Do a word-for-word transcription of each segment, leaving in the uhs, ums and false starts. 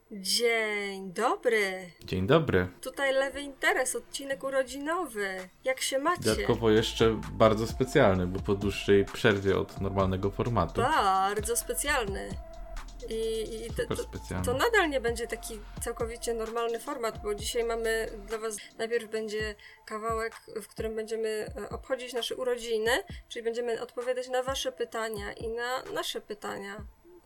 Dzień dobry. Dzień dobry. Tutaj Lewy Interes, odcinek urodzinowy. Jak się macie? Dodatkowo jeszcze bardzo specjalny, bo po dłuższej przerwie od normalnego formatu. Bardzo specjalny. I, i to, Super to, specjalny. to nadal nie będzie taki całkowicie normalny format, bo dzisiaj mamy dla was, najpierw będzie kawałek, w którym będziemy obchodzić nasze urodziny, czyli będziemy odpowiadać na wasze pytania i na nasze pytania.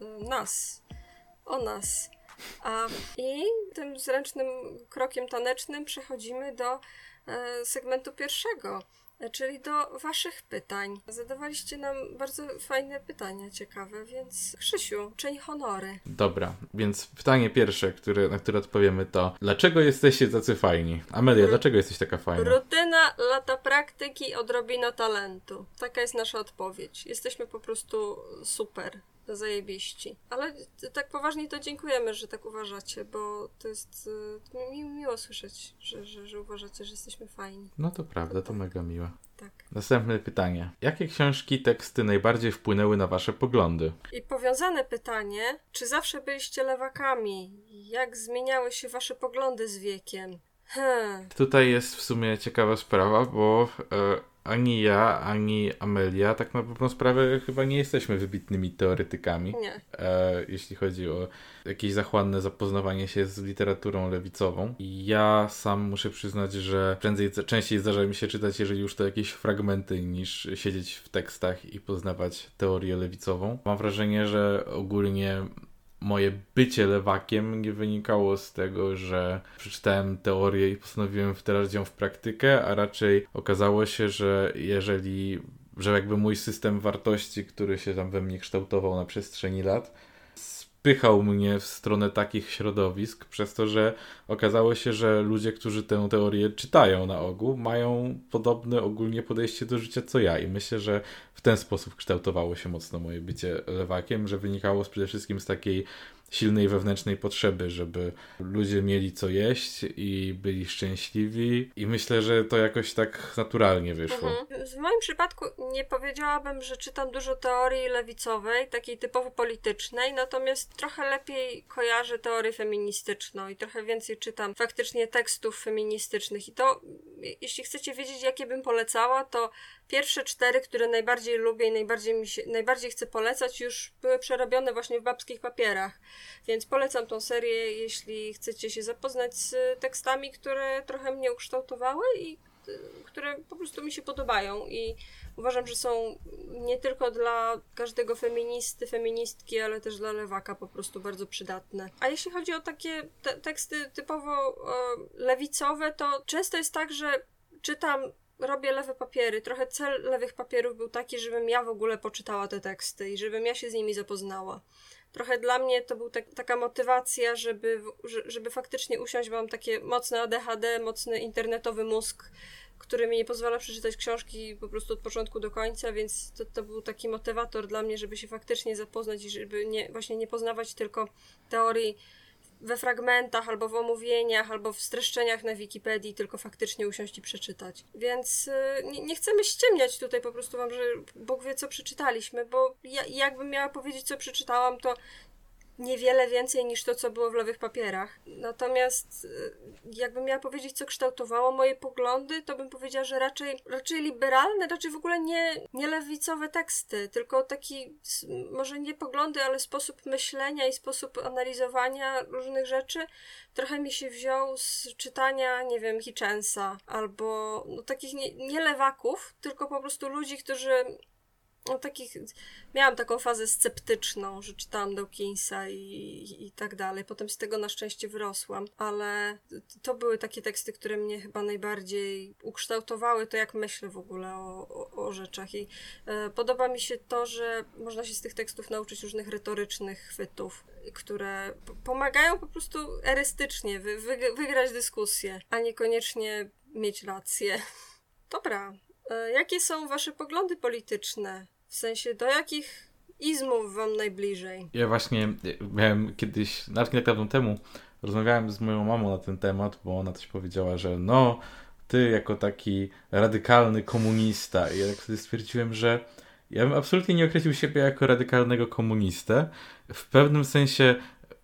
Nas. O nas. A, I tym zręcznym krokiem tanecznym przechodzimy do e, segmentu pierwszego, e, czyli do waszych pytań. Zadawaliście nam bardzo fajne pytania, ciekawe, więc Krzysiu, czyń honory. Dobra, więc pytanie pierwsze, które, na które odpowiemy to: dlaczego jesteście tacy fajni? Amelia, Ru- dlaczego jesteś taka fajna? Rutyna, lata praktyki, odrobina talentu. Taka jest nasza odpowiedź. Jesteśmy po prostu super. Zajebiści. Ale tak poważnie to dziękujemy, że tak uważacie, bo to jest y, mi, miło słyszeć, że, że, że uważacie, że jesteśmy fajni. No to prawda, to mega miłe. Tak. Następne pytanie. Jakie książki, teksty najbardziej wpłynęły na wasze poglądy? I powiązane pytanie, czy zawsze byliście lewakami? Jak zmieniały się wasze poglądy z wiekiem? Hmm. Tutaj jest w sumie ciekawa sprawa, bo e, ani ja, ani Amelia tak na pewną sprawę chyba nie jesteśmy wybitnymi teoretykami. Nie. E, jeśli chodzi o jakieś zachłanne zapoznawanie się z literaturą lewicową. I ja sam muszę przyznać, że prędzej, częściej zdarza mi się czytać, jeżeli już to jakieś fragmenty, niż siedzieć w tekstach i poznawać teorię lewicową. Mam wrażenie, że ogólnie moje bycie lewakiem nie wynikało z tego, że przeczytałem teorię i postanowiłem wdrażać ją w praktykę, a raczej okazało się, że jeżeli, że jakby mój system wartości, który się tam we mnie kształtował na przestrzeni lat, spychał mnie w stronę takich środowisk, przez to, że okazało się, że ludzie, którzy tę teorię czytają na ogół, mają podobne ogólnie podejście do życia co ja i myślę, że w ten sposób kształtowało się mocno moje bycie lewakiem, że wynikało przede wszystkim z takiej silnej wewnętrznej potrzeby, żeby ludzie mieli co jeść i byli szczęśliwi i myślę, że to jakoś tak naturalnie wyszło. Mhm. W moim przypadku nie powiedziałabym, że czytam dużo teorii lewicowej, takiej typowo politycznej, natomiast trochę lepiej kojarzę teorię feministyczną i trochę więcej czytam faktycznie tekstów feministycznych i to, jeśli chcecie wiedzieć, jakie bym polecała, to pierwsze cztery, które najbardziej lubię i najbardziej mi się, najbardziej chcę polecać, już były przerobione właśnie w babskich papierach. Więc polecam tą serię, jeśli chcecie się zapoznać z tekstami, które trochę mnie ukształtowały i które po prostu mi się podobają i uważam, że są nie tylko dla każdego feministy, feministki, ale też dla lewaka po prostu bardzo przydatne. A jeśli chodzi o takie te- teksty typowo e, lewicowe, to często jest tak, że czytam, robię lewe papiery. Trochę cel lewych papierów był taki, żebym ja w ogóle poczytała te teksty i żebym ja się z nimi zapoznała. Trochę dla mnie to była tak, taka motywacja, żeby, żeby faktycznie usiąść, bo mam takie mocne A D H D, mocny internetowy mózg, który mi nie pozwala przeczytać książki po prostu od początku do końca, więc to, to był taki motywator dla mnie, żeby się faktycznie zapoznać i żeby nie, właśnie nie poznawać tylko teorii we fragmentach, albo w omówieniach, albo w streszczeniach na Wikipedii, tylko faktycznie usiąść i przeczytać. Więc yy, nie, nie chcemy ściemniać tutaj po prostu wam, że Bóg wie, co przeczytaliśmy, bo ja, jakbym miała powiedzieć, co przeczytałam, to niewiele więcej niż to, co było w lewych papierach. Natomiast yy, jakbym miała powiedzieć, co kształtowało moje poglądy, to bym powiedziała, że raczej, raczej liberalne, raczej w ogóle nie, nie lewicowe teksty, tylko taki, może nie poglądy, ale sposób myślenia i sposób analizowania różnych rzeczy trochę mi się wziął z czytania, nie wiem, Hitchensa, albo no, takich nie, nie lewaków, tylko po prostu ludzi, którzy no, takich, miałam taką fazę sceptyczną, że czytałam Dawkinsa i, i, i tak dalej. Potem z tego na szczęście wyrosłam, ale to były takie teksty, które mnie chyba najbardziej ukształtowały to, jak myślę w ogóle o, o, o rzeczach. I e, podoba mi się to, że można się z tych tekstów nauczyć różnych retorycznych chwytów, które p- pomagają po prostu erystycznie wy, wy, wygrać dyskusję, a niekoniecznie mieć rację. Dobra. Jakie są wasze poglądy polityczne? W sensie, do jakich izmów wam najbliżej? Ja właśnie miałem kiedyś, nawet nie tak dawno temu, rozmawiałem z moją mamą na ten temat, bo ona też powiedziała, że no, ty jako taki radykalny komunista. I ja tak wtedy stwierdziłem, że ja bym absolutnie nie określił siebie jako radykalnego komunistę. W pewnym sensie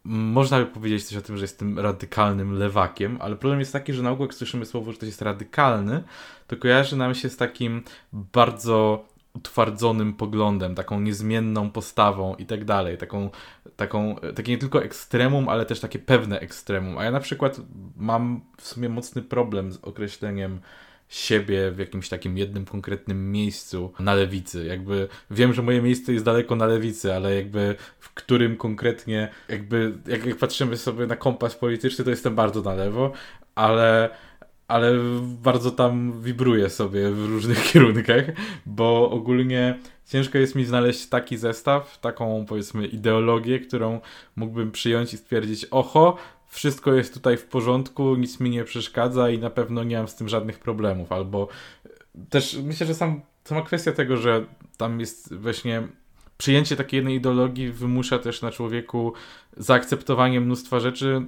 można by powiedzieć coś o tym, że jestem radykalnym lewakiem, ale problem jest taki, że na ogół jak słyszymy słowo, że ktoś jest radykalny, to kojarzy nam się z takim bardzo utwardzonym poglądem, taką niezmienną postawą i tak dalej, taką, taką, takie nie tylko ekstremum, ale też takie pewne ekstremum. A ja na przykład mam w sumie mocny problem z określeniem siebie w jakimś takim jednym konkretnym miejscu na lewicy. Jakby wiem, że moje miejsce jest daleko na lewicy, ale jakby w którym konkretnie, jakby jak, jak patrzymy sobie na kompas polityczny, to jestem bardzo na lewo, ale ale bardzo tam wibruję sobie w różnych kierunkach, bo ogólnie ciężko jest mi znaleźć taki zestaw, taką powiedzmy ideologię, którą mógłbym przyjąć i stwierdzić, oho, wszystko jest tutaj w porządku, nic mi nie przeszkadza i na pewno nie mam z tym żadnych problemów. Albo też myślę, że sam, sama kwestia tego, że tam jest właśnie przyjęcie takiej jednej ideologii wymusza też na człowieku zaakceptowanie mnóstwa rzeczy,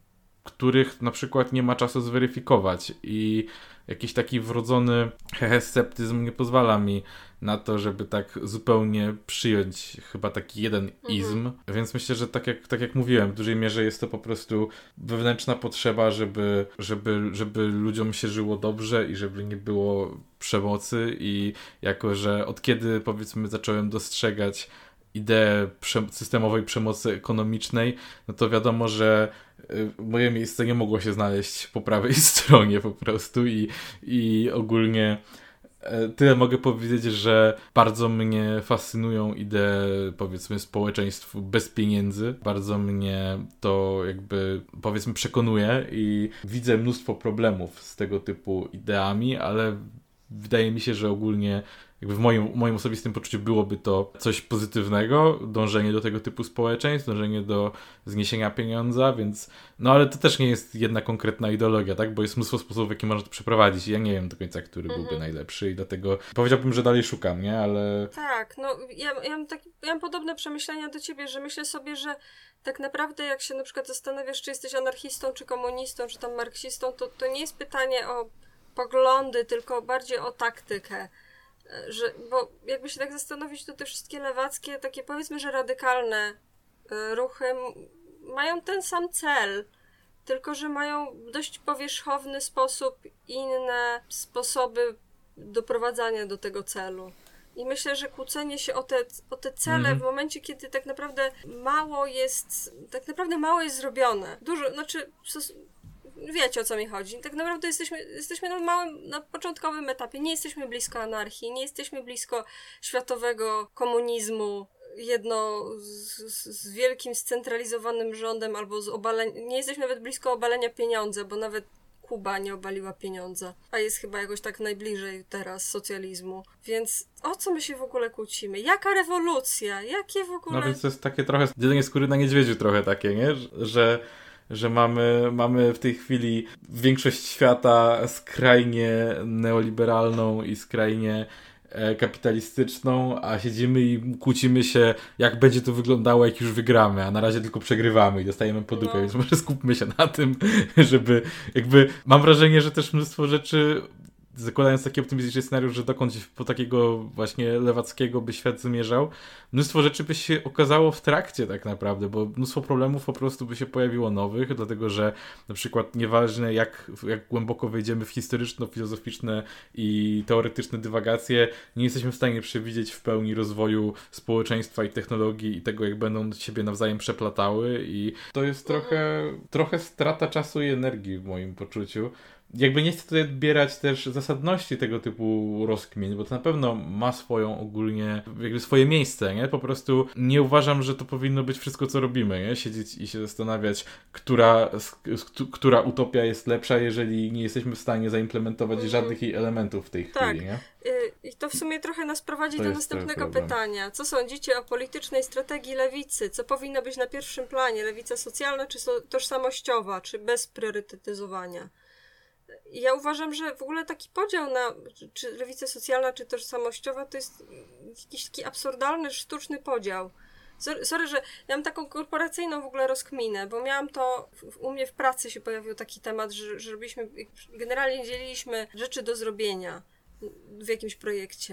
których na przykład nie ma czasu zweryfikować i jakiś taki wrodzony sceptyzm nie pozwala mi na to, żeby tak zupełnie przyjąć chyba taki jeden izm, mhm. Więc myślę, że tak jak, tak jak mówiłem, w dużej mierze jest to po prostu wewnętrzna potrzeba, żeby, żeby, żeby ludziom się żyło dobrze i żeby nie było przemocy i jako, że od kiedy powiedzmy zacząłem dostrzegać ideę prze- systemowej przemocy ekonomicznej, no to wiadomo, że moje miejsce nie mogło się znaleźć po prawej stronie po prostu i, i ogólnie tyle mogę powiedzieć, że bardzo mnie fascynują idee, powiedzmy, społeczeństw bez pieniędzy. Bardzo mnie to jakby, powiedzmy, przekonuje i widzę mnóstwo problemów z tego typu ideami, ale wydaje mi się, że ogólnie jakby w moim, moim osobistym poczuciu byłoby to coś pozytywnego, dążenie do tego typu społeczeństw, dążenie do zniesienia pieniądza, więc no ale to też nie jest jedna konkretna ideologia, tak, bo jest mnóstwo sposobów, w jaki można to przeprowadzić i ja nie wiem do końca, który mhm. byłby najlepszy i dlatego powiedziałbym, że dalej szukam, nie, ale... Tak, no ja, ja, mam taki, ja mam podobne przemyślenia do ciebie, że myślę sobie, że tak naprawdę jak się na przykład zastanawiasz, czy jesteś anarchistą, czy komunistą, czy tam marksistą, to, to nie jest pytanie o poglądy, tylko bardziej o taktykę. Że, bo jakby się tak zastanowić, to te wszystkie lewackie, takie powiedzmy, że radykalne y, ruchy m- mają ten sam cel, tylko że mają w dość powierzchowny sposób inne sposoby doprowadzania do tego celu. I myślę, że kłócenie się o te, o te cele mm-hmm. w momencie, kiedy tak naprawdę mało jest, tak naprawdę mało jest zrobione. Dużo, znaczy... Wiecie, o co mi chodzi. Tak naprawdę jesteśmy, jesteśmy na małym, na początkowym etapie. Nie jesteśmy blisko anarchii, nie jesteśmy blisko światowego komunizmu, jedno z, z wielkim scentralizowanym rządem albo z obaleniem. Nie jesteśmy nawet blisko obalenia pieniądza, bo nawet Kuba nie obaliła pieniądza, a jest chyba jakoś tak najbliżej teraz socjalizmu. Więc o co my się w ogóle kłócimy? Jaka rewolucja? Jakie w ogóle... No więc to jest takie trochę dzielenie skóry na niedźwiedziu trochę takie, nie? Że... że mamy, mamy w tej chwili większość świata skrajnie neoliberalną i skrajnie e, kapitalistyczną, a siedzimy i kłócimy się, jak będzie to wyglądało, jak już wygramy, a na razie tylko przegrywamy i dostajemy po dupie, no. Więc może skupmy się na tym, żeby jakby, mam wrażenie, że też mnóstwo rzeczy, zakładając taki optymistyczny scenariusz, że dokąd po takiego właśnie lewackiego by świat zmierzał, mnóstwo rzeczy by się okazało w trakcie tak naprawdę, bo mnóstwo problemów po prostu by się pojawiło nowych, dlatego że na przykład nieważne jak, jak głęboko wejdziemy w historyczno-filozoficzne i teoretyczne dywagacje, nie jesteśmy w stanie przewidzieć w pełni rozwoju społeczeństwa i technologii i tego, jak będą siebie nawzajem przeplatały i to jest trochę, trochę strata czasu i energii w moim poczuciu. Jakby nie chcę tutaj odbierać też zasadności tego typu rozkmin, bo to na pewno ma swoją ogólnie, jakby swoje miejsce, nie? Po prostu nie uważam, że to powinno być wszystko, co robimy, nie? Siedzieć i się zastanawiać, która, która utopia jest lepsza, jeżeli nie jesteśmy w stanie zaimplementować mm. żadnych jej elementów w tej tak. chwili, nie? I to w sumie trochę nas prowadzi to do następnego pytania. Co sądzicie o politycznej strategii lewicy? Co powinno być na pierwszym planie? Lewica socjalna czy so- tożsamościowa? Czy bez priorytetyzowania? Ja uważam, że w ogóle taki podział na czy lewica socjalna, czy tożsamościowa to jest jakiś taki absurdalny, sztuczny podział. Sorry, sorry, że ja mam taką korporacyjną w ogóle rozkminę, bo miałam to, w, u mnie w pracy się pojawił taki temat, że, że robiliśmy, generalnie dzieliliśmy rzeczy do zrobienia w jakimś projekcie.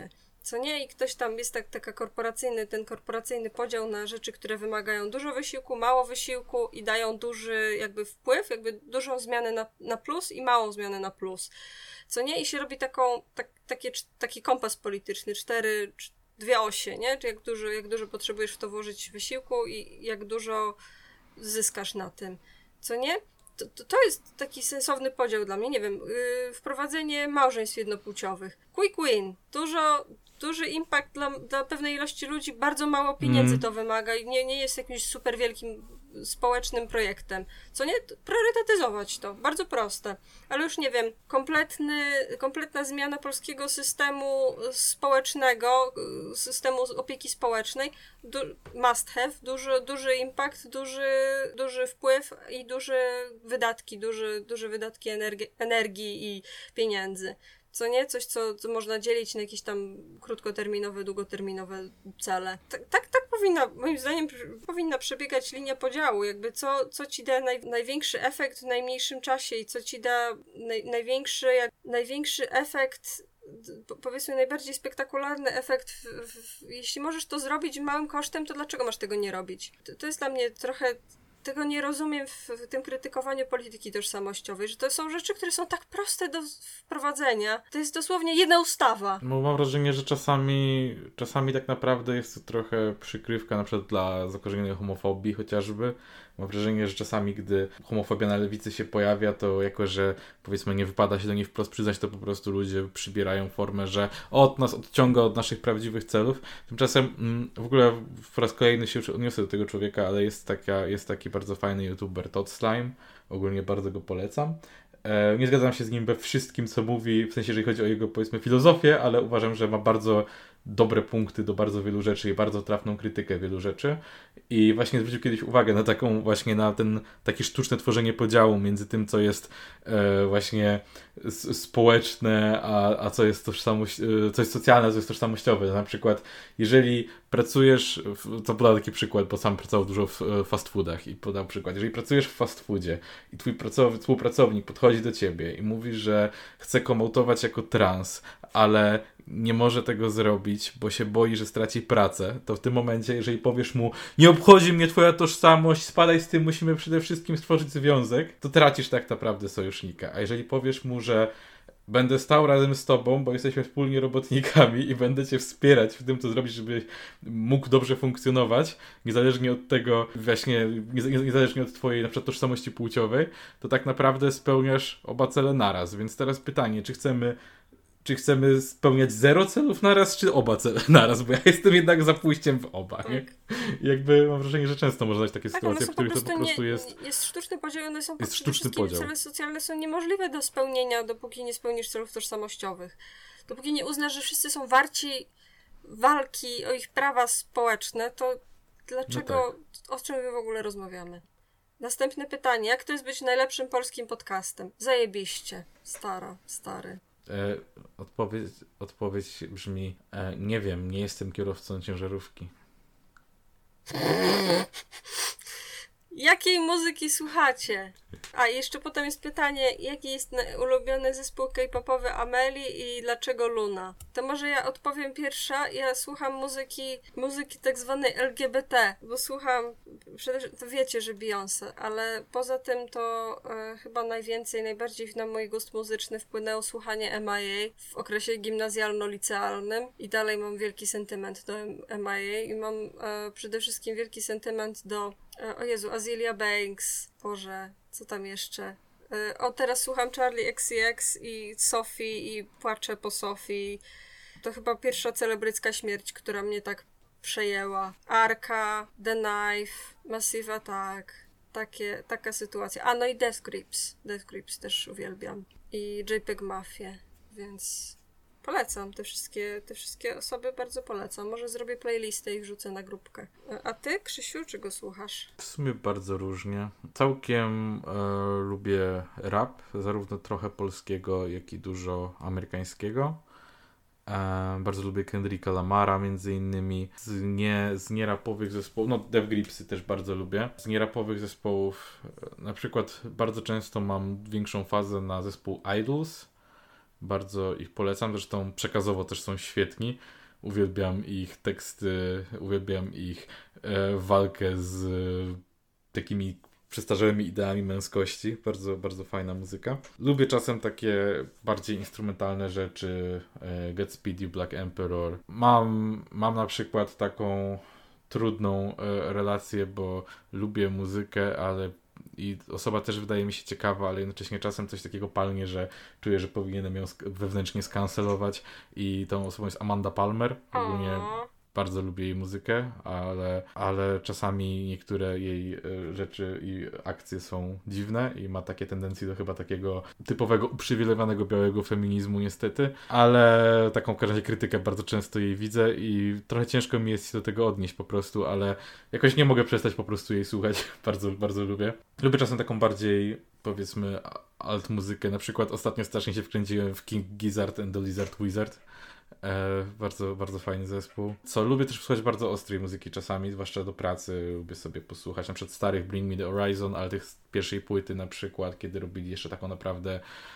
Co nie? I ktoś tam jest tak, taka korporacyjny, ten korporacyjny podział na rzeczy, które wymagają dużo wysiłku, mało wysiłku i dają duży jakby wpływ, jakby dużą zmianę na, na plus i małą zmianę na plus. Co nie? I się robi taką, tak, takie, taki kompas polityczny, cztery, dwie osie, nie? Czy jak dużo, jak dużo potrzebujesz w to włożyć wysiłku i jak dużo zyskasz na tym. Co nie? To, to, to jest taki sensowny podział dla mnie. Nie wiem, yy, wprowadzenie małżeństw jednopłciowych. Quick win. Dużo, duży impact dla, dla pewnej ilości ludzi, bardzo mało pieniędzy mm. to wymaga i nie, nie jest jakimś super wielkim społecznym projektem. Co nie? Priorytetyzować to. Bardzo proste. Ale już nie wiem, kompletny, kompletna zmiana polskiego systemu społecznego, systemu opieki społecznej, du, must have, duży, duży impact, duży, duży wpływ i duże wydatki, duży, duże wydatki energii, energii i pieniędzy. Co nie? Coś, co, co można dzielić na jakieś tam krótkoterminowe, długoterminowe cele. Tak, tak, tak powinna, moim zdaniem, powinna przebiegać linia podziału. Jakby co, co ci da naj, największy efekt w najmniejszym czasie i co ci da naj, największy, jak, największy efekt, powiedzmy najbardziej spektakularny efekt. W, w, jeśli możesz to zrobić małym kosztem, to dlaczego masz tego nie robić? To, to jest dla mnie trochę... Tego nie rozumiem w, w tym krytykowaniu polityki tożsamościowej, że to są rzeczy, które są tak proste do wprowadzenia. To jest dosłownie jedna ustawa. No, mam wrażenie, że czasami czasami tak naprawdę jest to trochę przykrywka na przykład dla zakorzenionej homofobii chociażby. Mam wrażenie, że czasami, gdy homofobia na lewicy się pojawia, to jako, że powiedzmy nie wypada się do niej wprost przyznać, to po prostu ludzie przybierają formę, że od nas odciąga od naszych prawdziwych celów. Tymczasem mm, w ogóle po raz kolejny się już odniosę do tego człowieka, ale jest, taka, jest taki bardzo fajny youtuber Todd Slime. Ogólnie bardzo go polecam. E, nie zgadzam się z nim we wszystkim, co mówi, w sensie, jeżeli chodzi o jego, powiedzmy, filozofię, ale uważam, że ma bardzo dobre punkty do bardzo wielu rzeczy i bardzo trafną krytykę wielu rzeczy. I właśnie zwrócił kiedyś uwagę na taką właśnie, na ten takie sztuczne tworzenie podziału między tym, co jest e, właśnie s- społeczne, a, a co jest tożsamość, e, co jest socjalne, a co jest tożsamościowe. Na przykład, jeżeli pracujesz, w, to podał taki przykład, bo sam pracował dużo w e, fast foodach i podał przykład. Jeżeli pracujesz w fast foodzie i twój pracow- współpracownik podchodzi do ciebie i mówi, że chce komutować jako trans, ale nie może tego zrobić, bo się boi, że straci pracę, to w tym momencie, jeżeli powiesz mu, nie obchodzi mnie twoja tożsamość, spadaj z tym, musimy przede wszystkim stworzyć związek, to tracisz tak naprawdę sojusznika. A jeżeli powiesz mu, że będę stał razem z tobą, bo jesteśmy wspólnie robotnikami i będę cię wspierać w tym, co zrobić, żebyś mógł dobrze funkcjonować, niezależnie od tego, właśnie, niezależnie od twojej na przykład tożsamości płciowej, to tak naprawdę spełniasz oba cele naraz. Więc teraz pytanie, czy chcemy Czy chcemy spełniać zero celów naraz, czy oba cele naraz? Bo ja jestem jednak za pójściem w oba. Tak. Nie? Jakby mam wrażenie, że często można dać takie tak, sytuacje, w których to po prostu nie, jest... Jest sztuczny podział, one są jest sztuczny podział. Cele socjalne są niemożliwe do spełnienia, dopóki nie spełnisz celów tożsamościowych. Dopóki nie uznasz, że wszyscy są warci walki o ich prawa społeczne, to dlaczego, no tak. O czym my w ogóle rozmawiamy? Następne pytanie. Jak to jest być najlepszym polskim podcastem? Zajebiście. Stara, stary. E, odpowiedź, odpowiedź brzmi, e, nie wiem, nie jestem kierowcą ciężarówki. Jakiej muzyki słuchacie? A jeszcze potem jest pytanie, jaki jest ulubiony zespół K-popowy Amelii i dlaczego Luna? To może ja odpowiem pierwsza. Ja słucham muzyki, muzyki tak zwanej L G B T, bo słucham, to wiecie, że Beyoncé, ale poza tym to e, chyba najwięcej, najbardziej na mój gust muzyczny wpłynęło słuchanie M I A w okresie gimnazjalno-licealnym i dalej mam wielki sentyment do M I A i mam e, przede wszystkim wielki sentyment do o Jezu, Azealia Banks, Boże, co tam jeszcze? O, teraz słucham Charli X C X i Sophie i płaczę po Sophie. To chyba pierwsza celebrycka śmierć, która mnie tak przejęła. Arka, The Knife, Massive Attack, takie, taka sytuacja. A, no i Death Grips. Death Grips też uwielbiam. I JPEG Mafię, więc... Polecam te wszystkie, te wszystkie osoby, bardzo polecam. Może zrobię playlistę i wrzucę na grupkę. A ty, Krzysiu, czego słuchasz? W sumie bardzo różnie. Całkiem e, lubię rap, zarówno trochę polskiego, jak i dużo amerykańskiego. E, bardzo lubię Kendricka Lamara między innymi. Z, nie, z nierapowych zespołów, no Death Gripsy też bardzo lubię. Z nierapowych zespołów e, na przykład bardzo często mam większą fazę na zespół Idols. Bardzo ich polecam, zresztą przekazowo też są świetni. uwielbiam ich teksty, uwielbiam ich e, walkę z e, takimi przestarzałymi ideami męskości. Bardzo, bardzo fajna muzyka. Lubię czasem takie bardziej instrumentalne rzeczy. E, Godspeed You Black Emperor. Mam, mam na przykład taką trudną e, relację, bo lubię muzykę, ale i osoba też wydaje mi się ciekawa, ale jednocześnie czasem coś takiego palnie, że czuję, że powinienem ją sk- wewnętrznie skancelować i tą osobą jest Amanda Palmer. Ogólnie bardzo lubię jej muzykę, ale, ale czasami niektóre jej y, rzeczy i akcje są dziwne i ma takie tendencje do chyba takiego typowego uprzywilejowanego białego feminizmu niestety, ale taką w każdym razie krytykę bardzo często jej widzę i trochę ciężko mi jest się do tego odnieść po prostu, ale jakoś nie mogę przestać po prostu jej słuchać. Bardzo, bardzo lubię. Lubię czasem taką bardziej, powiedzmy, alt muzykę. Na przykład ostatnio strasznie się wkręciłem w King Gizzard and the Lizard Wizard. E, bardzo, bardzo fajny zespół. Co, lubię też słuchać bardzo ostrej muzyki czasami, zwłaszcza do pracy. Lubię sobie posłuchać na przykład starych Bring Me The Horizon, ale tych z pierwszej płyty na przykład, kiedy robili jeszcze taką naprawdę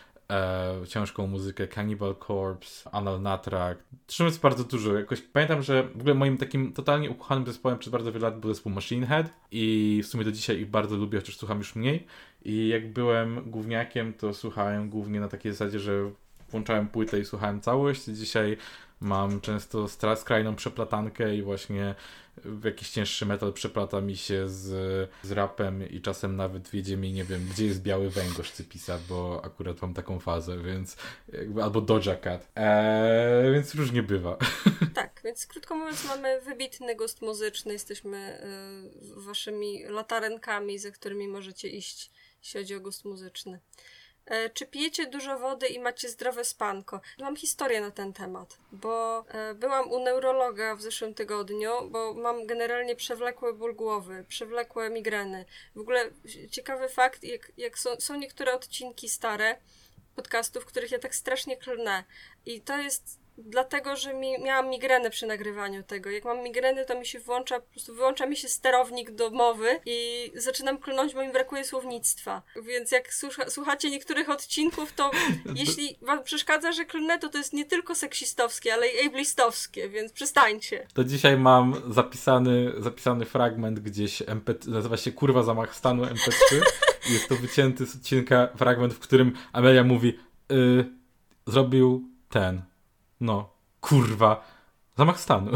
e, ciężką muzykę. Cannibal Corpse, Anal Natrak. Zresztą jest bardzo dużo. Jakoś pamiętam, że w ogóle moim takim totalnie ukochanym zespołem przez bardzo wiele lat był zespół Machine Head i w sumie do dzisiaj ich bardzo lubię, chociaż słucham już mniej. I jak byłem gówniakiem, to słuchałem głównie na takiej zasadzie, że włączałem płytę i słuchałem całość. Dzisiaj mam często stra- skrajną przeplatankę i właśnie jakiś cięższy metal przeplata mi się z, z rapem i czasem nawet wiedzie mi, nie wiem, gdzie jest Biały Węgorz Cypisa, bo akurat mam taką fazę, więc jakby, albo Doja Cat, eee, więc różnie bywa. Tak, więc krótko mówiąc mamy wybitny gust muzyczny, jesteśmy y, waszymi latarenkami, za którymi możecie iść, jeśli chodzi o gust muzyczny. E, czy pijecie dużo wody i macie zdrowe spanko? Mam historię na ten temat, bo e, byłam u neurologa w zeszłym tygodniu, bo mam generalnie przewlekły ból głowy, przewlekłe migreny. W ogóle ciekawy fakt, jak, jak są, są niektóre odcinki stare podcastów, w których ja tak strasznie klnę. I to jest dlatego, że mi, miałam migrenę przy nagrywaniu tego. Jak mam migreny, to mi się włącza, po prostu wyłącza mi się sterownik do mowy i zaczynam klnąć, bo mi brakuje słownictwa. Więc jak słucha, słuchacie niektórych odcinków, to jeśli wam przeszkadza, że klnę, to to jest nie tylko seksistowskie, ale i ableistowskie, więc przestańcie. To dzisiaj mam zapisany, zapisany fragment gdzieś, M P, nazywa się Kurwa Zamach Stanu M P trzy. Jest to wycięty z odcinka fragment, w którym Amelia mówi y, zrobił ten no, kurwa, zamach stanu.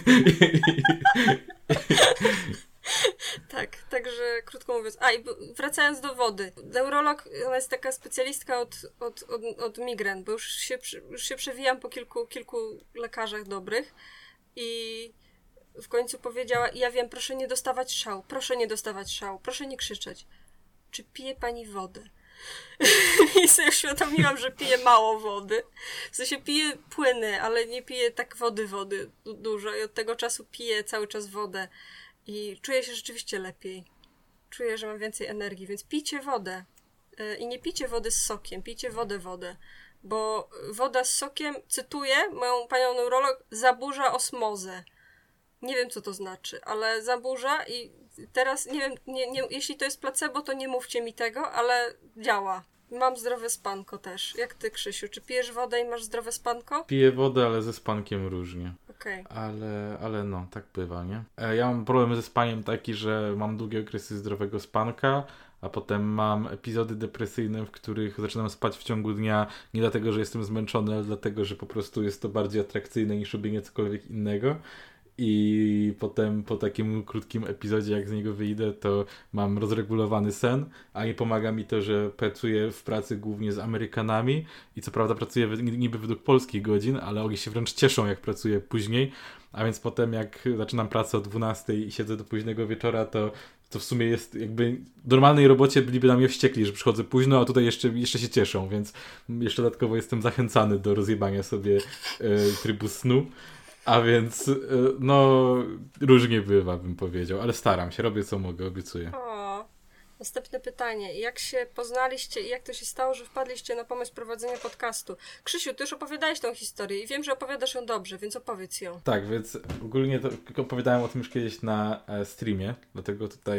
Tak, także krótko mówiąc. A i wracając do wody. Neurolog, ona jest taka specjalistka od, od, od, od migren, bo już się, już się przewijam po kilku, kilku lekarzach dobrych i w końcu powiedziała, ja wiem, proszę nie dostawać szału, proszę nie dostawać szału, proszę nie krzyczeć. Czy pije pani wodę? I sobie uświadomiłam, że piję mało wody. W sensie piję płyny, ale nie piję tak wody, wody dużo i od tego czasu piję cały czas wodę i czuję się rzeczywiście lepiej. Czuję, że mam więcej energii, więc pijcie wodę. I nie pijcie wody z sokiem, pijcie wodę, wodę. Bo woda z sokiem, cytuję moją panią neurolog, zaburza osmozę. Nie wiem, co to znaczy, ale zaburza i teraz, nie wiem, nie, nie, jeśli to jest placebo, to nie mówcie mi tego, ale działa. Mam zdrowe spanko też. Jak ty, Krzysiu? Czy pijesz wodę i masz zdrowe spanko? Piję wodę, ale ze spankiem różnie. Okej. Okay. Ale, ale no, tak bywa, nie? Ja mam problem ze spaniem taki, że mam długie okresy zdrowego spanka, a potem mam epizody depresyjne, w których zaczynam spać w ciągu dnia nie dlatego, że jestem zmęczony, ale dlatego, że po prostu jest to bardziej atrakcyjne niż robienie cokolwiek innego. I potem po takim krótkim epizodzie, jak z niego wyjdę, to mam rozregulowany sen, a nie pomaga mi to, że pracuję w pracy głównie z Amerykanami i co prawda pracuję niby według polskich godzin, ale oni się wręcz cieszą, jak pracuję później, a więc potem jak zaczynam pracę o dwunastej i siedzę do późnego wieczora, to to w sumie jest jakby w normalnej robocie byliby na mnie wściekli, że przychodzę późno, a tutaj jeszcze, jeszcze się cieszą, więc jeszcze dodatkowo jestem zachęcany do rozjebania sobie e, trybu snu. A więc, no, różnie bywa, bym powiedział, ale staram się, robię co mogę, obiecuję. O, następne pytanie. Jak się poznaliście i jak to się stało, że wpadliście na pomysł prowadzenia podcastu? Krzysiu, ty już opowiadałeś tą historię i wiem, że opowiadasz ją dobrze, więc opowiedz ją. Tak, więc ogólnie to opowiadałem o tym już kiedyś na streamie, dlatego tutaj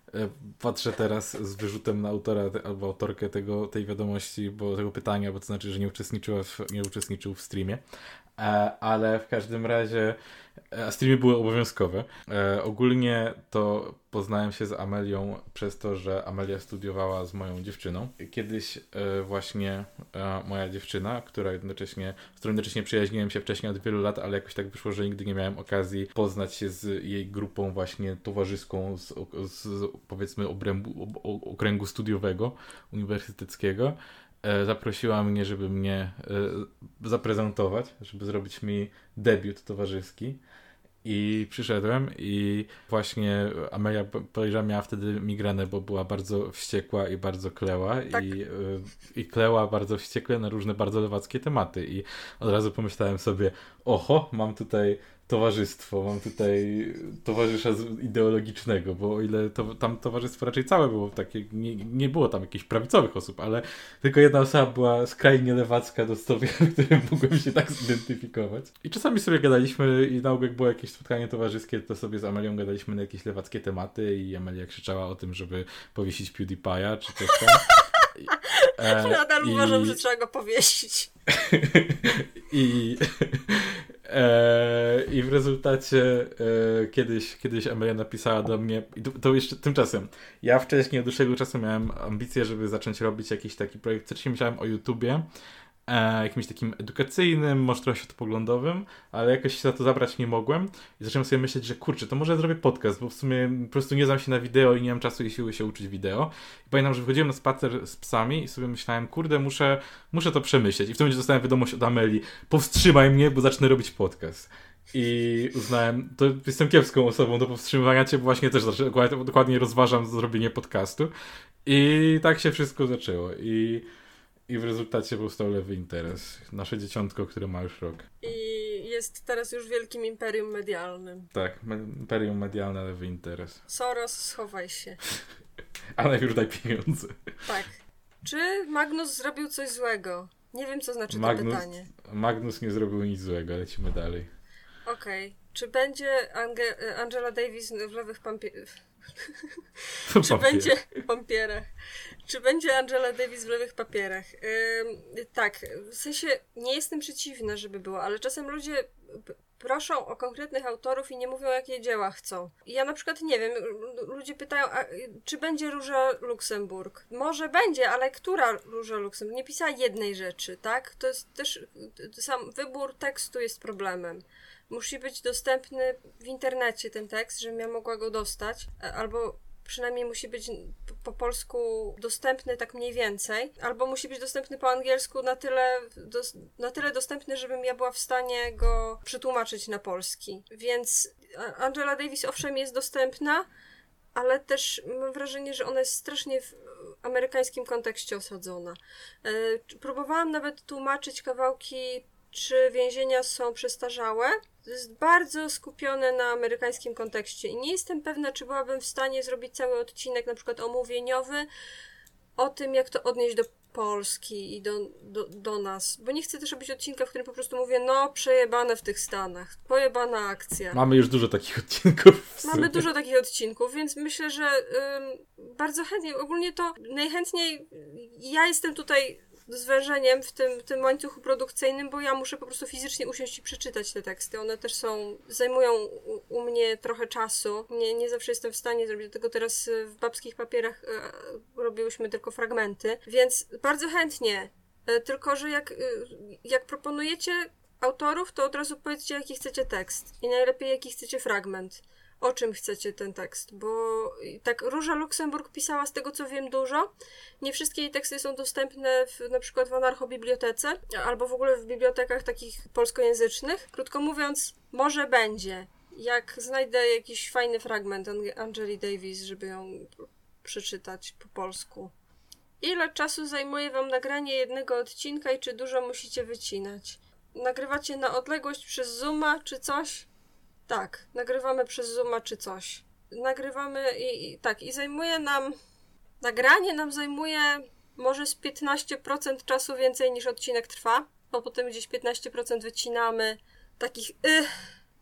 Patrzę teraz z wyrzutem na autora te, albo autorkę tego, tej wiadomości, bo tego pytania, bo to znaczy, że nie uczestniczyła w, nie uczestniczył w streamie. E, ale w każdym razie a streamy były obowiązkowe. E, ogólnie to poznałem się z Amelią przez to, że Amelia studiowała z moją dziewczyną. Kiedyś e, właśnie e, moja dziewczyna, która jednocześnie, z którą jednocześnie przyjaźniłem się wcześniej od wielu lat, ale jakoś tak wyszło, że nigdy nie miałem okazji poznać się z jej grupą właśnie towarzyską z, z powiedzmy obrębu, okręgu studiowego uniwersyteckiego. Zaprosiła mnie, żeby mnie e, zaprezentować, żeby zrobić mi debiut towarzyski. I przyszedłem i właśnie Amelia podejrzewam miała wtedy migrenę, bo była bardzo wściekła i bardzo kleła tak. i, y, i kleła bardzo wściekle na różne bardzo lewackie tematy i od razu pomyślałem sobie, oho, mam tutaj towarzystwo, mam tutaj towarzysza ideologicznego, bo o ile to, tam towarzystwo raczej całe było takie, nie, nie było tam jakichś prawicowych osób, ale tylko jedna osoba była skrajnie lewacka do stopnia, w którym mogłem się tak zidentyfikować. I czasami sobie gadaliśmy i na ogół jak było jakieś spotkanie towarzyskie, to sobie z Amelią gadaliśmy na jakieś lewackie tematy i Amelia krzyczała o tym, żeby powiesić PewDiePie'a czy coś tam. E, Nadal i... uważam, że trzeba go powiesić. I... Eee, I w rezultacie e, kiedyś, kiedyś Amelia napisała do mnie, i to, to jeszcze tymczasem, ja wcześniej od dłuższego czasu miałem ambicje, żeby zacząć robić jakiś taki projekt, wcześniej myślałem o YouTubie, e, jakimś takim edukacyjnym, może trochę światopoglądowym, ale jakoś się za to zabrać nie mogłem i zacząłem sobie myśleć, że kurczę, to może zrobię podcast, bo w sumie po prostu nie znam się na wideo i nie mam czasu i siły się uczyć wideo. I pamiętam, że wychodziłem na spacer z psami i sobie myślałem, kurde, muszę, muszę to przemyśleć. I w tym momencie dostałem wiadomość od Ameli, powstrzymaj mnie, bo zacznę robić podcast. I uznałem, to jestem kiepską osobą do powstrzymywania cię, bo właśnie też dokładnie, dokładnie rozważam zrobienie podcastu. I tak się wszystko zaczęło. I I w rezultacie powstał Lewy Interes. Nasze dzieciątko, które ma już rok. I jest teraz już wielkim imperium medialnym. Tak, me- imperium medialne Lewy Interes. Soros, schowaj się. A najpierw daj pieniądze. Tak. Czy Magnus zrobił coś złego? Nie wiem, co znaczy Magnus, to pytanie. Magnus nie zrobił nic złego, lecimy dalej. Okej. Okay. Czy będzie Ange- Angela Davis w Lewych Pampierach? Czy Papier. będzie pampierach? Czy będzie Angela Davis w Lewych Papierach? Yy, tak, w sensie nie jestem przeciwna, żeby było, ale czasem ludzie p- proszą o konkretnych autorów i nie mówią, jakie dzieła chcą. I ja na przykład nie wiem, ludzie pytają, a, czy będzie Róża Luksemburg? Może będzie, ale która Róża Luksemburg? Nie pisała jednej rzeczy, tak? To jest też, sam wybór tekstu jest problemem. Musi być dostępny w internecie ten tekst, żebym ja mogła go dostać, albo przynajmniej musi być po polsku dostępny tak mniej więcej, albo musi być dostępny po angielsku na tyle, dos- na tyle dostępny, żebym ja była w stanie go przetłumaczyć na polski. Więc Angela Davis owszem jest dostępna, ale też mam wrażenie, że ona jest strasznie w amerykańskim kontekście osadzona. Yy, próbowałam nawet tłumaczyć kawałki, czy więzienia są przestarzałe. To jest bardzo skupione na amerykańskim kontekście i nie jestem pewna, czy byłabym w stanie zrobić cały odcinek, na przykład omówieniowy, o tym, jak to odnieść do Polski i do, do, do nas. Bo nie chcę też robić odcinka, w którym po prostu mówię, no przejebane w tych Stanach, pojebana akcja. Mamy już dużo takich odcinków. Mamy dużo takich odcinków, więc myślę, że ym, bardzo chętnie, ogólnie to najchętniej ja jestem tutaj zwężeniem w tym, tym łańcuchu produkcyjnym, bo ja muszę po prostu fizycznie usiąść i przeczytać te teksty. One też są, zajmują u, u mnie trochę czasu. Nie, nie zawsze jestem w stanie zrobić, dlatego teraz w Babskich Papierach e, robiłyśmy tylko fragmenty, więc bardzo chętnie. E, tylko, że jak, e, jak proponujecie autorów, to od razu powiedzcie, jaki chcecie tekst i najlepiej, jaki chcecie fragment. O czym chcecie ten tekst, bo tak Róża Luksemburg pisała, z tego co wiem, dużo. Nie wszystkie jej teksty są dostępne w, na przykład w anarchobibliotece, albo w ogóle w bibliotekach takich polskojęzycznych. Krótko mówiąc, może będzie, jak znajdę jakiś fajny fragment Angeli Davis, żeby ją przeczytać po polsku. Ile czasu zajmuje wam nagranie jednego odcinka i czy dużo musicie wycinać? Nagrywacie na odległość przez Zooma czy coś? Tak, nagrywamy przez Zooma czy coś. Nagrywamy i, i tak, i zajmuje nam, nagranie nam zajmuje może z piętnaście procent czasu więcej niż odcinek trwa, bo potem gdzieś piętnaście procent wycinamy takich y,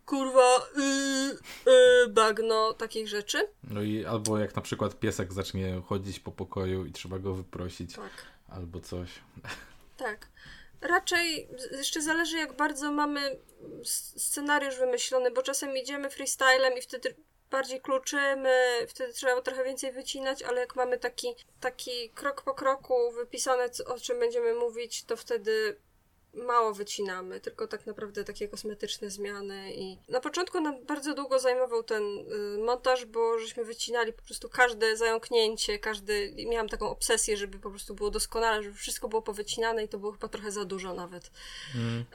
kurwa, yy, yy, bagno, takich rzeczy. No i albo jak na przykład piesek zacznie chodzić po pokoju i trzeba go wyprosić. Tak. Albo coś. Tak. Raczej jeszcze zależy, jak bardzo mamy scenariusz wymyślony, bo czasem idziemy freestylem i wtedy bardziej kluczymy, wtedy trzeba trochę więcej wycinać, ale jak mamy taki, taki krok po kroku wypisane, co, o czym będziemy mówić, to wtedy mało wycinamy, tylko tak naprawdę takie kosmetyczne zmiany. I na początku nam bardzo długo zajmował ten y, montaż, bo żeśmy wycinali po prostu każde zająknięcie, każdy, miałam taką obsesję, żeby po prostu było doskonale, żeby wszystko było powycinane i to było chyba trochę za dużo nawet. Mm.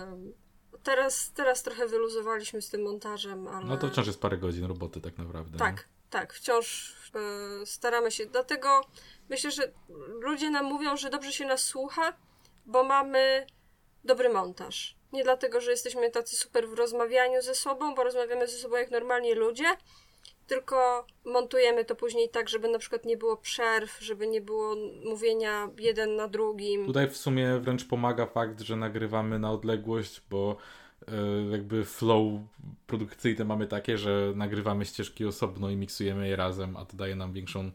E, teraz, teraz trochę wyluzowaliśmy z tym montażem, ale... No to wciąż jest parę godzin roboty tak naprawdę. Tak, nie? tak, wciąż e, staramy się. Dlatego myślę, że ludzie nam mówią, że dobrze się nas słucha, bo mamy dobry montaż. Nie dlatego, że jesteśmy tacy super w rozmawianiu ze sobą, bo rozmawiamy ze sobą jak normalni ludzie, tylko montujemy to później tak, żeby na przykład nie było przerw, żeby nie było mówienia jeden na drugim. Tutaj w sumie wręcz pomaga fakt, że nagrywamy na odległość, bo yy, jakby flow produkcyjne mamy takie, że nagrywamy ścieżki osobno i miksujemy je razem, a to daje nam większą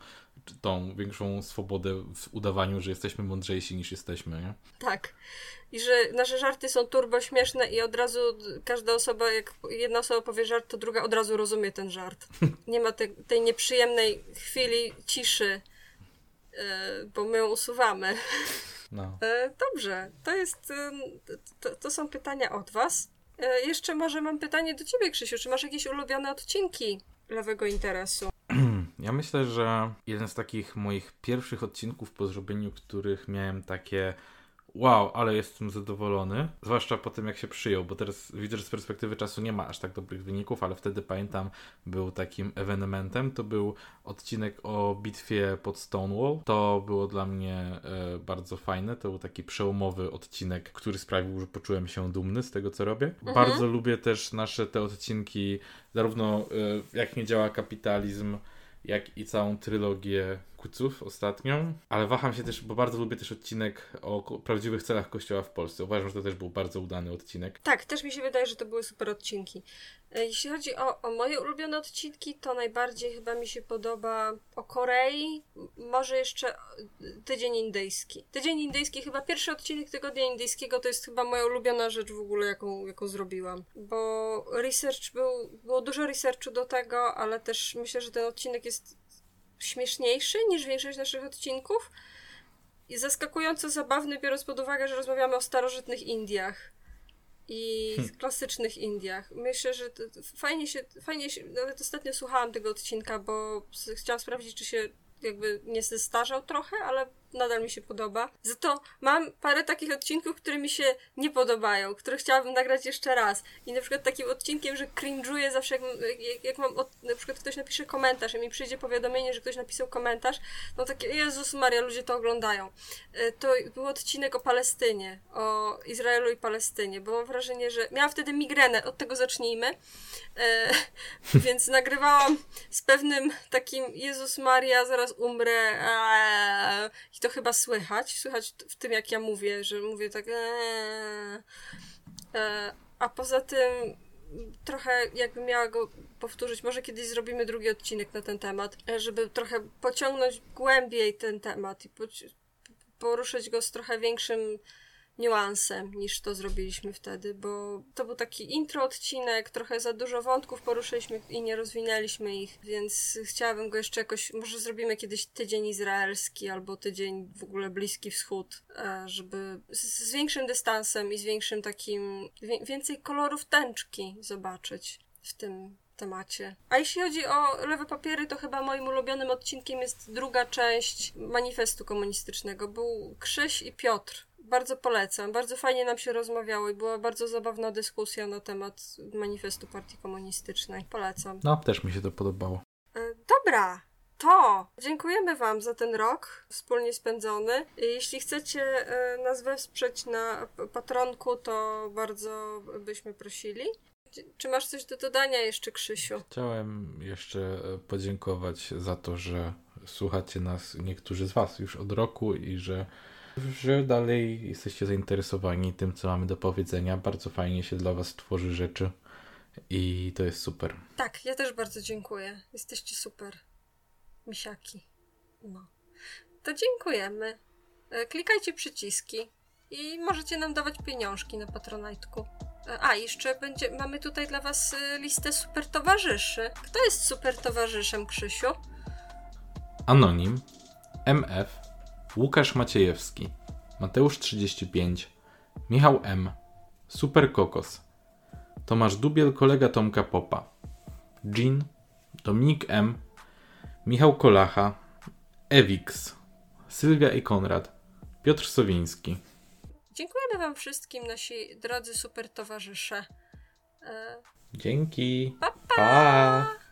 tą większą swobodę w udawaniu, że jesteśmy mądrzejsi niż jesteśmy, nie? Tak. I że nasze żarty są turbo śmieszne i od razu każda osoba, jak jedna osoba powie żart, to druga od razu rozumie ten żart. Nie ma te, tej nieprzyjemnej chwili ciszy, yy, bo my ją usuwamy. No. Yy, dobrze. To jest, yy, to, to są pytania od was. Yy, jeszcze może mam pytanie do ciebie, Krzysiu. Czy masz jakieś ulubione odcinki Lewego Interesu? Ja myślę, że jeden z takich moich pierwszych odcinków po zrobieniu, których miałem takie wow, ale jestem zadowolony, zwłaszcza po tym jak się przyjął, bo teraz widzę, że z perspektywy czasu nie ma aż tak dobrych wyników, ale wtedy pamiętam, był takim ewenementem, to był odcinek o bitwie pod Stonewall. To było dla mnie e, bardzo fajne, to był taki przełomowy odcinek, który sprawił, że poczułem się dumny z tego, co robię. Mhm. Bardzo lubię też nasze te odcinki, zarówno e, jak nie działa kapitalizm, jak i całą trylogię Kuców ostatnią, ale waham się też, bo bardzo lubię też odcinek o ko- prawdziwych celach Kościoła w Polsce. Uważam, że to też był bardzo udany odcinek. Tak, też mi się wydaje, że to były super odcinki. Jeśli chodzi o, o moje ulubione odcinki, to najbardziej chyba mi się podoba o Korei, może jeszcze Tydzień Indyjski. Tydzień Indyjski, chyba pierwszy odcinek Tygodnia Indyjskiego to jest chyba moja ulubiona rzecz w ogóle, jaką, jaką zrobiłam. Bo research był, było dużo researchu do tego, ale też myślę, że ten odcinek jest śmieszniejszy niż większość naszych odcinków i zaskakująco zabawny, biorąc pod uwagę, że rozmawiamy o starożytnych Indiach i hmm. klasycznych Indiach. Myślę, że to, to fajnie się, fajnie się, nawet ostatnio słuchałam tego odcinka, bo chciałam sprawdzić, czy się jakby nie zestarzał trochę, ale nadal mi się podoba. Za to mam parę takich odcinków, które mi się nie podobają, które chciałabym nagrać jeszcze raz. I na przykład takim odcinkiem, że cringe'uję zawsze, jak, jak, jak mam, od, na przykład ktoś napisze komentarz i mi przyjdzie powiadomienie, że ktoś napisał komentarz, no takie, Jezus Maria, ludzie to oglądają. To był odcinek o Palestynie, o Izraelu i Palestynie, bo mam wrażenie, że miałam wtedy migrenę, od tego zacznijmy. E, więc nagrywałam z pewnym takim, Jezus Maria, zaraz umrę, eee, i to chyba słychać, słychać w tym, jak ja mówię, że mówię tak eee, eee, a poza tym trochę jakbym miała go powtórzyć, może kiedyś zrobimy drugi odcinek na ten temat, żeby trochę pociągnąć głębiej ten temat i poruszyć go z trochę większym niuansem niż to zrobiliśmy wtedy, bo to był taki intro odcinek, trochę za dużo wątków poruszyliśmy i nie rozwinęliśmy ich, więc chciałabym go jeszcze jakoś, może zrobimy kiedyś tydzień izraelski albo tydzień w ogóle Bliski Wschód, żeby z, z większym dystansem i z większym takim, więcej kolorów tęczki zobaczyć w tym temacie. A jeśli chodzi o Lewe Papiery, to chyba moim ulubionym odcinkiem jest druga część Manifestu Komunistycznego. Był Krzyś i Piotr. Bardzo polecam. Bardzo fajnie nam się rozmawiało i była bardzo zabawna dyskusja na temat manifestu Partii Komunistycznej. Polecam. No, też mi się to podobało. Dobra, to dziękujemy wam za ten rok wspólnie spędzony. Jeśli chcecie nas wesprzeć na Patronku, to bardzo byśmy prosili. Czy masz coś do dodania jeszcze, Krzysiu? Chciałem jeszcze podziękować za to, że słuchacie nas, niektórzy z was już od roku i że że dalej jesteście zainteresowani tym, co mamy do powiedzenia. Bardzo fajnie się dla was tworzy rzeczy. I to jest super. Tak, ja też bardzo dziękuję. Jesteście super. Misiaki. No. To dziękujemy. Klikajcie przyciski i możecie nam dawać pieniążki na Patronite'ku. A, jeszcze będzie, mamy tutaj dla was listę super towarzyszy. Kto jest super towarzyszem, Krzysiu? Anonim, M F, Łukasz Maciejewski, Mateusz trzydzieści pięć, Michał M, Super Kokos, Tomasz Dubiel, kolega Tomka Popa, Jean, Dominik M, Michał Kolacha, Ewix, Sylwia i Konrad, Piotr Sowiński. Dziękujemy wam wszystkim, nasi drodzy super towarzysze. E... Dzięki. Pa, pa! Pa!